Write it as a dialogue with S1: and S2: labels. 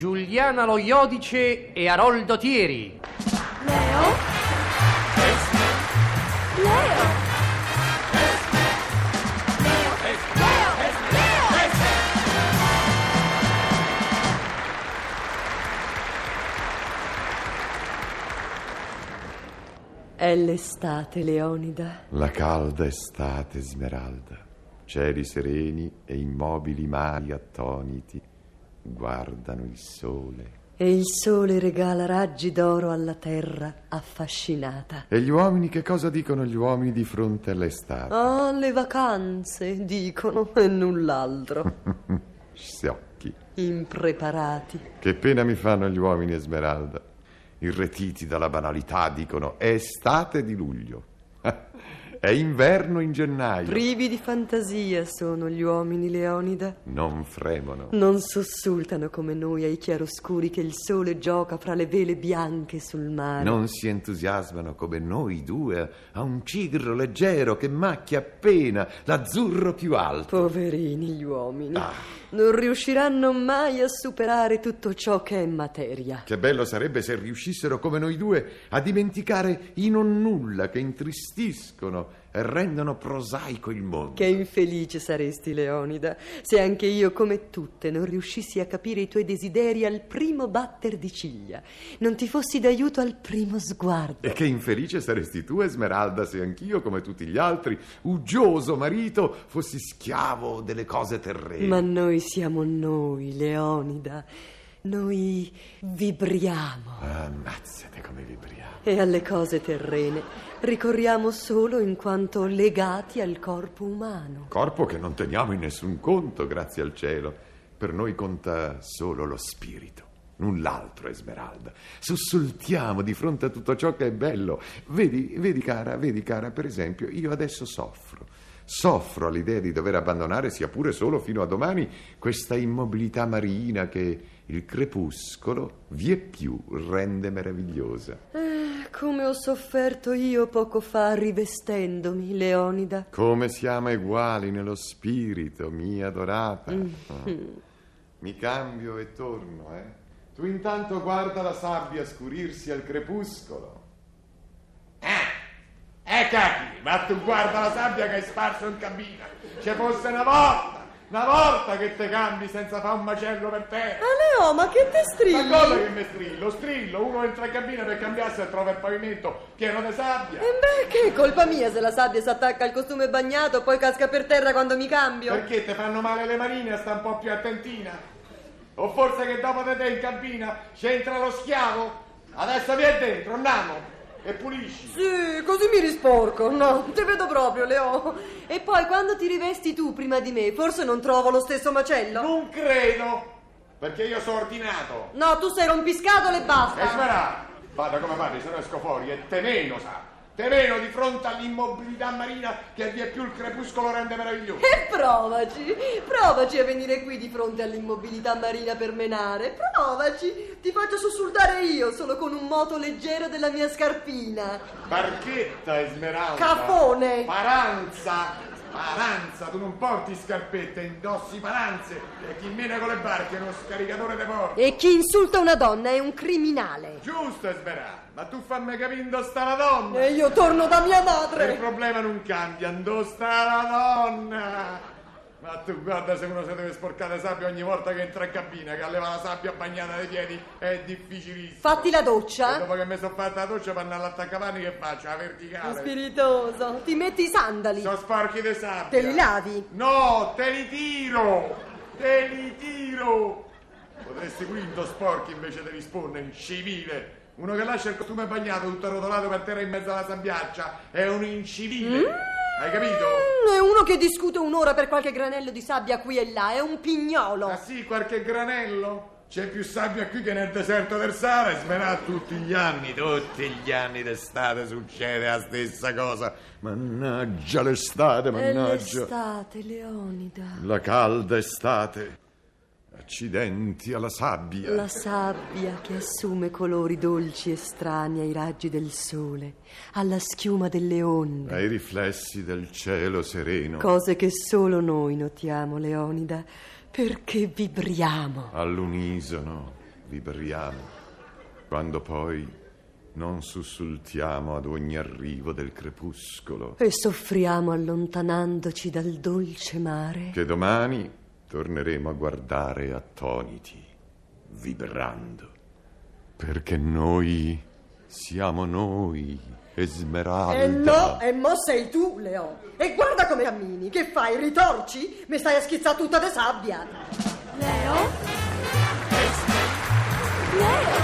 S1: Giuliana Lo Iodice e Aroldo Thieri.
S2: Leo? Leo?
S3: È l'estate, Leonida.
S4: La calda estate, Esmeralda. Cieli sereni e immobili mari attoniti guardano il sole.
S3: E il sole regala raggi d'oro alla terra affascinata.
S4: E gli uomini, che cosa dicono gli uomini di fronte all'estate?
S3: Ah, le vacanze, dicono, e null'altro.
S4: Sciocchi.
S3: Impreparati.
S4: Che pena mi fanno gli uomini, Esmeralda. Irretiti dalla banalità, dicono: è estate di luglio. È inverno in gennaio.
S3: Privi di fantasia sono gli uomini, Leonida.
S4: Non fremono.
S3: Non sussultano come noi ai chiaroscuri che il sole gioca fra le vele bianche sul mare.
S4: Non si entusiasmano come noi due a un cigro leggero che macchia appena l'azzurro più alto.
S3: Poverini gli uomini. Non riusciranno mai a superare tutto ciò che è materia.
S4: Che bello sarebbe se riuscissero come noi due a dimenticare i non nulla che intristiscono e rendono prosaico il mondo.
S3: Che infelice saresti, Leonida, se anche io, come tutte, non riuscissi a capire i tuoi desideri al primo batter di ciglia, non ti fossi d'aiuto al primo sguardo.
S4: E che infelice saresti tu, Esmeralda, se anch'io, come tutti gli altri, uggioso marito, fossi schiavo delle cose terrene.
S3: Ma noi siamo noi, Leonida. Noi vibriamo.
S4: Ammazzate come vibriamo.
S3: E alle cose terrene ricorriamo solo in quanto legati al corpo umano.
S4: Corpo che non teniamo in nessun conto, grazie al cielo. Per noi conta solo lo spirito, null'altro, Esmeralda. Sussultiamo di fronte a tutto ciò che è bello. Vedi cara, per esempio, io adesso soffro all'idea di dover abbandonare, sia pure solo fino a domani, questa immobilità marina che il crepuscolo vieppiù rende meravigliosa.
S3: Come ho sofferto io poco fa rivestendomi, Leonida.
S4: Come siamo uguali nello spirito, mia adorata. Mi cambio e torno, Tu intanto guarda la sabbia scurirsi al crepuscolo. Cacchi, ma tu guarda la sabbia che hai sparso in cabina. C'è fosse una volta che te cambi senza fare un macello per terra.
S3: Leo, ma che te strilli?
S4: Ma cosa che mi strillo? Uno entra in cabina per cambiarsi e trova il pavimento pieno di sabbia.
S3: Che è colpa mia se la sabbia si attacca al costume bagnato e poi casca per terra quando mi cambio?
S4: Perché te fanno male le manine, sta un po' più attentina? O forse che dopo di te in cabina c'entra lo schiavo? Adesso vieni dentro, andiamo. E pulisci.
S3: Sì, così mi risporco. No, ti vedo proprio, Leo. E poi quando ti rivesti tu prima di me, forse non trovo lo stesso macello?
S4: Non credo, perché io sono ordinato.
S3: No, tu sei rompiscatole e basta.
S4: E spera, vada come fate, se no esco fuori e te meno, sa. Te meno di fronte all'immobilità marina che via più il crepuscolo rende meraviglioso.
S3: E provaci a venire qui di fronte all'immobilità marina per menare. Provaci, ti faccio sussultare io solo con un moto leggero della mia scarpina.
S4: Barchetta, Esmeralda.
S3: Cafone.
S4: Paranza, tu non porti scarpette, indossi paranze. E chi mena con le barche è uno scaricatore de porti.
S3: E chi insulta una donna è un criminale.
S4: Giusto, Esmeralda, ma tu fammi capire dove sta la donna.
S3: E io torno da mia madre.
S4: Il problema non cambia, dove sta la donna? Ma tu guarda, se uno si deve sporcare sabbia ogni volta che entra in cabina, che alleva la sabbia bagnata dai piedi, è difficilissimo.
S3: Fatti la doccia.
S4: E dopo che mi sono fatta la doccia per andare all'attaccapanni, che faccio? La verticale.
S3: Spiritoso, ti metti i sandali.
S4: Sono sporchi di sabbia.
S3: Te li lavi?
S4: No, te li tiro. Potresti quinto sporchi invece di rispondere in civile. Uno che lascia il costume bagnato tutto arrotolato per terra in mezzo alla sabbiaccia è un incivile. Hai capito?
S3: È uno che discute un'ora per qualche granello di sabbia qui e là, è un pignolo.
S4: Ah sì, qualche granello? C'è più sabbia qui che nel deserto del Sahara. Smerà tutti gli anni d'estate succede la stessa cosa. Mannaggia l'estate, mannaggia.
S3: È l'estate, Leonida.
S4: La calda estate. Accidenti alla sabbia.
S3: La sabbia che assume colori dolci e strani ai raggi del sole, alla schiuma delle onde,
S4: ai riflessi del cielo sereno.
S3: Cose che solo noi notiamo, Leonida, perché vibriamo
S4: all'unisono vibriamo, quando poi non sussultiamo ad ogni arrivo del crepuscolo.
S3: E soffriamo allontanandoci dal dolce mare.
S4: Che domani torneremo a guardare attoniti, vibrando, perché noi siamo noi, Esmeralda.
S5: No, e mo sei tu, Leo. E guarda come cammini. Che fai, ritorci? Mi stai a schizzare tutta de sabbia.
S2: Leo? Leo?